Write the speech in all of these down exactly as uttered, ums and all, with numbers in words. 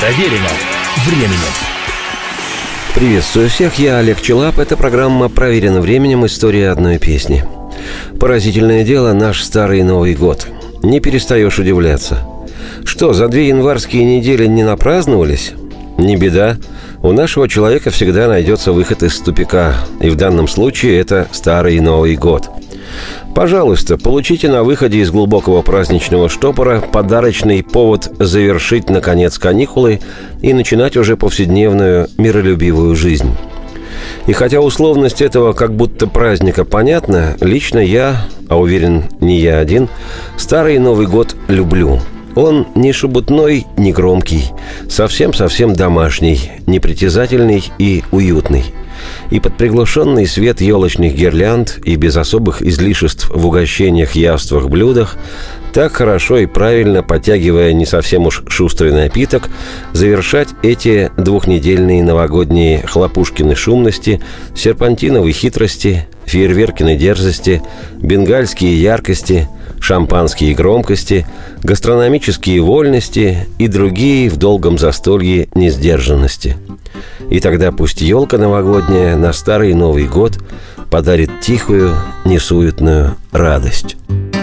Проверено временем. Приветствую всех, я Олег Челап. Это программа «Проверено временем. История одной песни». Поразительное дело, наш старый Новый год. Не перестаешь удивляться. Что, за две январские недели не напраздновались? Не беда. У нашего человека всегда найдется выход из тупика. И в данном случае это старый Новый год. Пожалуйста, получите на выходе из глубокого праздничного штопора подарочный повод завершить, наконец, каникулы и начинать уже повседневную миролюбивую жизнь. И хотя условность этого как будто праздника понятна, лично я, а уверен, не я один, старый Новый год люблю. Он не шебутной, не громкий, совсем-совсем домашний, непритязательный и уютный. И под приглушенный свет елочных гирлянд и без особых излишеств в угощениях, явствах, блюдах, так хорошо и правильно, подтягивая не совсем уж шустрый напиток, завершать эти двухнедельные новогодние хлопушкины шумности, серпантиновой хитрости, фейерверкины дерзости, бенгальские яркости, шампанские громкости, гастрономические вольности и другие в долгом застолье несдержанности. И тогда пусть елка новогодняя на старый Новый год подарит тихую, несуетную радость.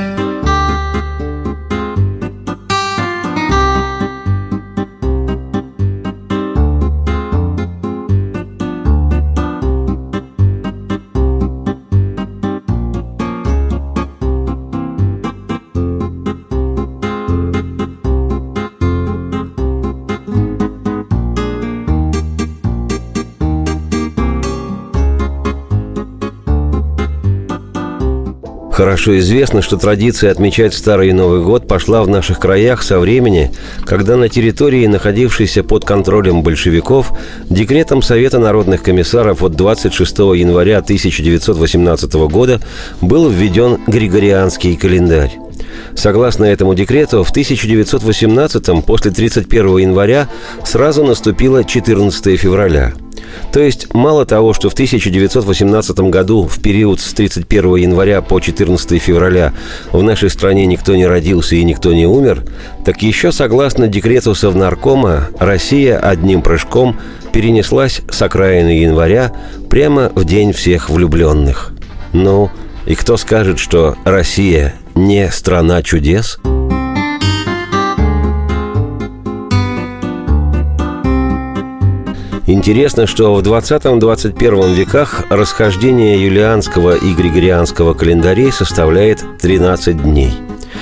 Хорошо известно, что традиция отмечать Старый Новый год пошла в наших краях со времени, когда на территории, находившейся под контролем большевиков, декретом Совета народных комиссаров от двадцать шестого января тысяча девятьсот восемнадцатого года был введен Григорианский календарь. Согласно этому декрету, в тысяча девятьсот восемнадцатом, после тридцать первого января, сразу наступило четырнадцатое февраля. То есть, мало того, что в тысяча девятьсот восемнадцатом году, в период с тридцать первого января по четырнадцатое февраля, в нашей стране никто не родился и никто не умер, так еще, согласно декрету Совнаркома, Россия одним прыжком перенеслась с окраины января прямо в День всех влюбленных. Ну, и кто скажет, что Россия не страна чудес? Интересно, что в двадцатом-двадцать первом веках расхождение юлианского и григорианского календарей составляет тринадцать дней.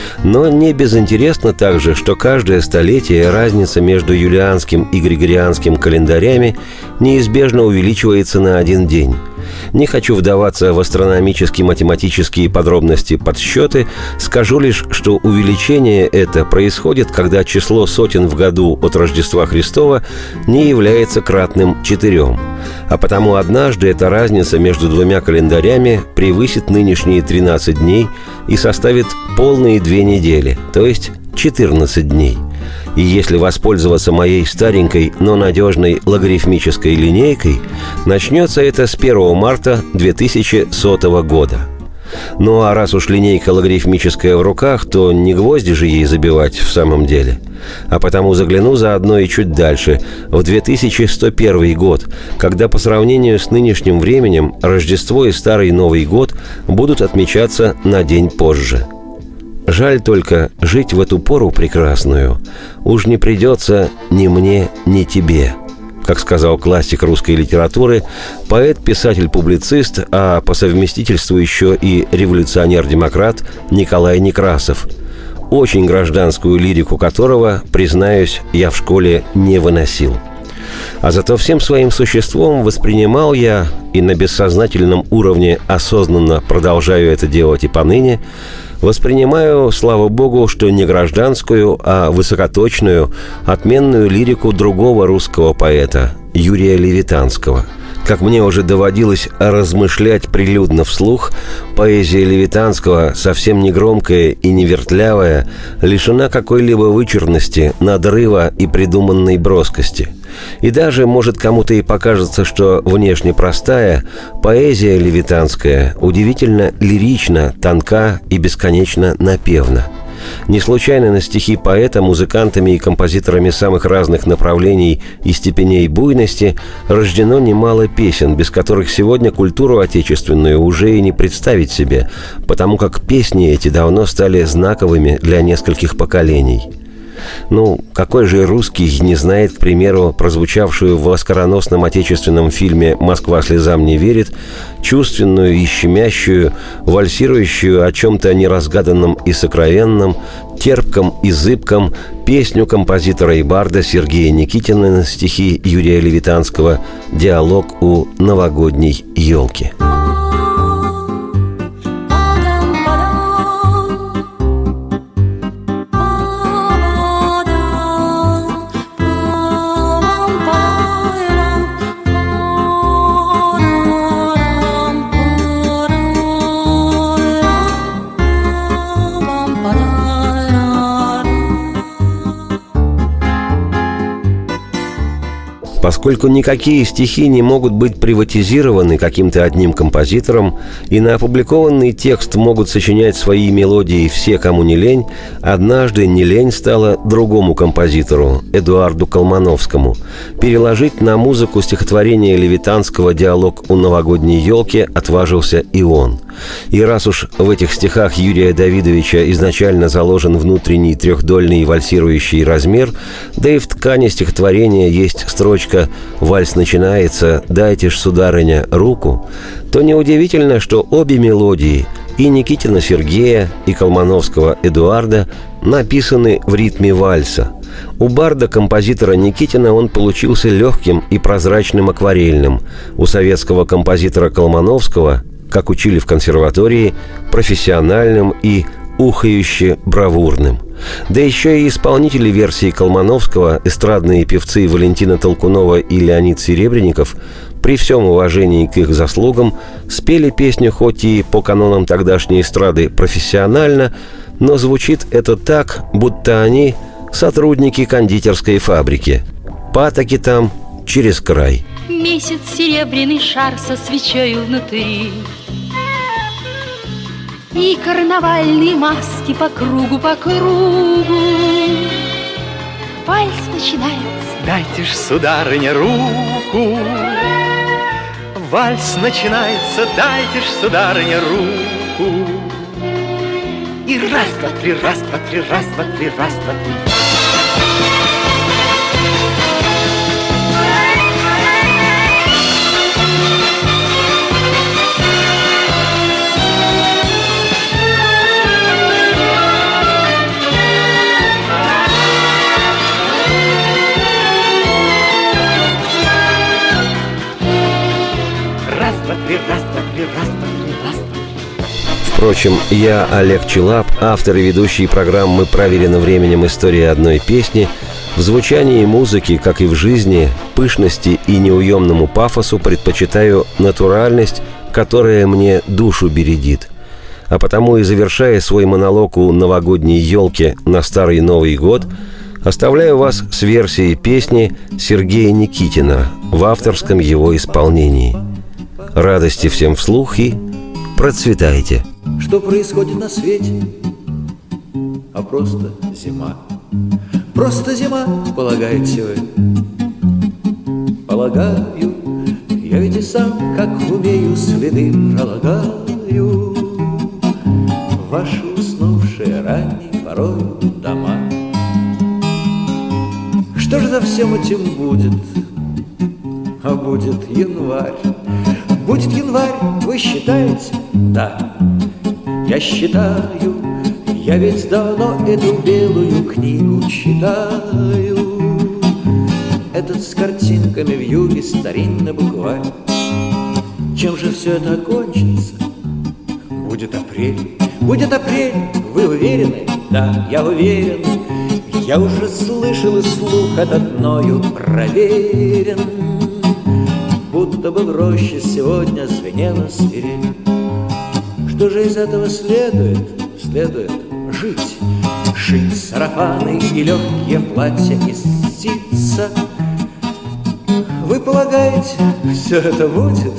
Но не безинтересно также, что каждое столетие разница между юлианским и григорианским календарями неизбежно увеличивается на один день. Не хочу вдаваться в астрономические математические подробности подсчеты, скажу лишь, что увеличение это происходит, когда число сотен в году от Рождества Христова не является кратным четырем. А потому однажды эта разница между двумя календарями превысит нынешние тринадцать дней и составит полные две недели, то есть четырнадцать дней. И если воспользоваться моей старенькой, но надежной логарифмической линейкой, начнется это с первого марта две тысячи сотого года. Ну а раз уж линейка логарифмическая в руках, то не гвозди же ей забивать в самом деле. А потому загляну заодно и чуть дальше, в две тысячи сто первый год, когда по сравнению с нынешним временем Рождество и Старый Новый год будут отмечаться на день позже. Жаль только, жить в эту пору прекрасную уж не придется ни мне, ни тебе, как сказал классик русской литературы, поэт, писатель, публицист, а по совместительству еще и революционер-демократ Николай Некрасов, очень гражданскую лирику которого, признаюсь, я в школе не выносил. А зато всем своим существом воспринимал я, и на бессознательном уровне осознанно продолжаю это делать и поныне, воспринимаю, слава богу, что не гражданскую, а высокоточную, отменную лирику другого русского поэта, Юрия Левитанского. Как мне уже доводилось размышлять прилюдно вслух, поэзия Левитанского, совсем не громкая и не вертлявая, лишена какой-либо вычурности, надрыва и придуманной броскости. И даже, может, кому-то и покажется, что внешне простая, поэзия левитанская удивительно лирична, тонка и бесконечно напевна. Не случайно на стихи поэта музыкантами и композиторами самых разных направлений и степеней буйности рождено немало песен, без которых сегодня культуру отечественную уже и не представить себе, потому как песни эти давно стали знаковыми для нескольких поколений. Ну, какой же русский не знает, к примеру, прозвучавшую в оскароносном отечественном фильме «Москва слезам не верит» чувственную и щемящую, вальсирующую о чем-то неразгаданном и сокровенном, терпком и зыбком песню композитора и барда Сергея Никитина на стихи Юрия Левитанского «Диалог у новогодней елки». Поскольку никакие стихи не могут быть приватизированы каким-то одним композитором, и на опубликованный текст могут сочинять свои мелодии все, кому не лень, однажды не лень стало другому композитору, Эдуарду Колмановскому, переложить на музыку стихотворение Левитанского «Диалог у новогодней елки» отважился и он. И раз уж в этих стихах Юрия Давидовича изначально заложен внутренний трехдольный вальсирующий размер, да и в ткани стихотворения есть строчка «Вальс начинается, дайте ж, сударыня, руку», то неудивительно, что обе мелодии, и Никитина Сергея, и Колмановского Эдуарда, написаны в ритме вальса. У барда-композитора Никитина он получился легким и прозрачным акварельным, у советского композитора Колмановского, как учили в консерватории, профессиональным и ухающе бравурным. Да еще и исполнители версии Колмановского, эстрадные певцы Валентина Толкунова и Леонид Серебренников, при всем уважении к их заслугам, спели песню хоть и по канонам тогдашней эстрады профессионально, но звучит это так, будто они сотрудники кондитерской фабрики. Патоки там через край. Месяц серебряный шар со свечою внутри, и карнавальные маски по кругу, по кругу. Вальс начинается. Дайте ж, сударыня, руку. Вальс начинается, дайте ж, сударыня, руку. И раз, два, три, раз, два, три, раз, два, три, раз, два, три. Впрочем, я, Олег Челап, автор и ведущий программы «Проверено временем. История одной песни», в звучании музыки, как и в жизни, пышности и неуемному пафосу предпочитаю натуральность, которая мне душу бередит. А потому и завершая свой монолог у новогодней елки на Старый Новый год, оставляю вас с версией песни Сергея Никитина в авторском его исполнении. Радости всем вслух и процветайте! Что происходит на свете? А просто зима. Просто зима, полагаете вы? Полагаю, я ведь и сам, как умею, следы пролагаю. Ваши уснувшие ранней порой дома. Что же за всем этим будет? А будет январь. Будет январь, вы считаете? Да, я считаю. Я ведь давно эту белую книгу читаю. Этот с картинками в юге старинный букварь. Чем же все это окончится? Будет апрель, будет апрель, вы уверены? Да, я уверен. Я уже слышал и слух этот мною проверен. Будто бы в роще сегодня звенела свирель. Что же из этого следует? Следует жить, шить сарафаны и легкие платья из ситца. Вы полагаете, все это будет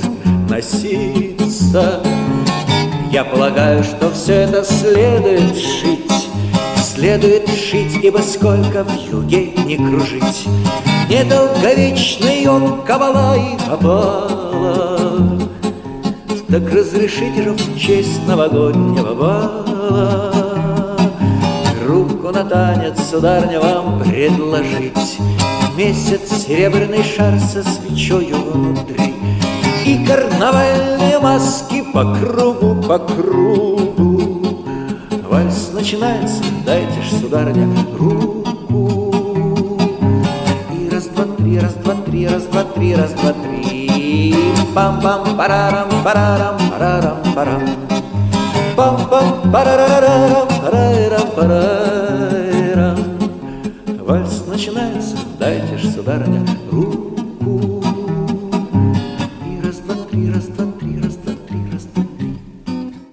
носиться? Я полагаю, что все это следует шить, следует шить, ибо сколько в юге не кружить, недолговечный он кабала и опала. Так разрешите же в честь новогоднего бала руку на танец, сударыня, вам предложить. Месяц, серебряный шар со свечою внутри и карнавальные маски по кругу, по кругу. Вальс начинается, дайте ж, сударыня, руку. И раз, два, три, раз, два, три, раз, два, три, раз, два, три. Пам-пам, парарам, парарам, парарам, парам. Пам-пам, парарарарам, парарам, парарам. Вальс начинается, дайте ж, сударыня, руку.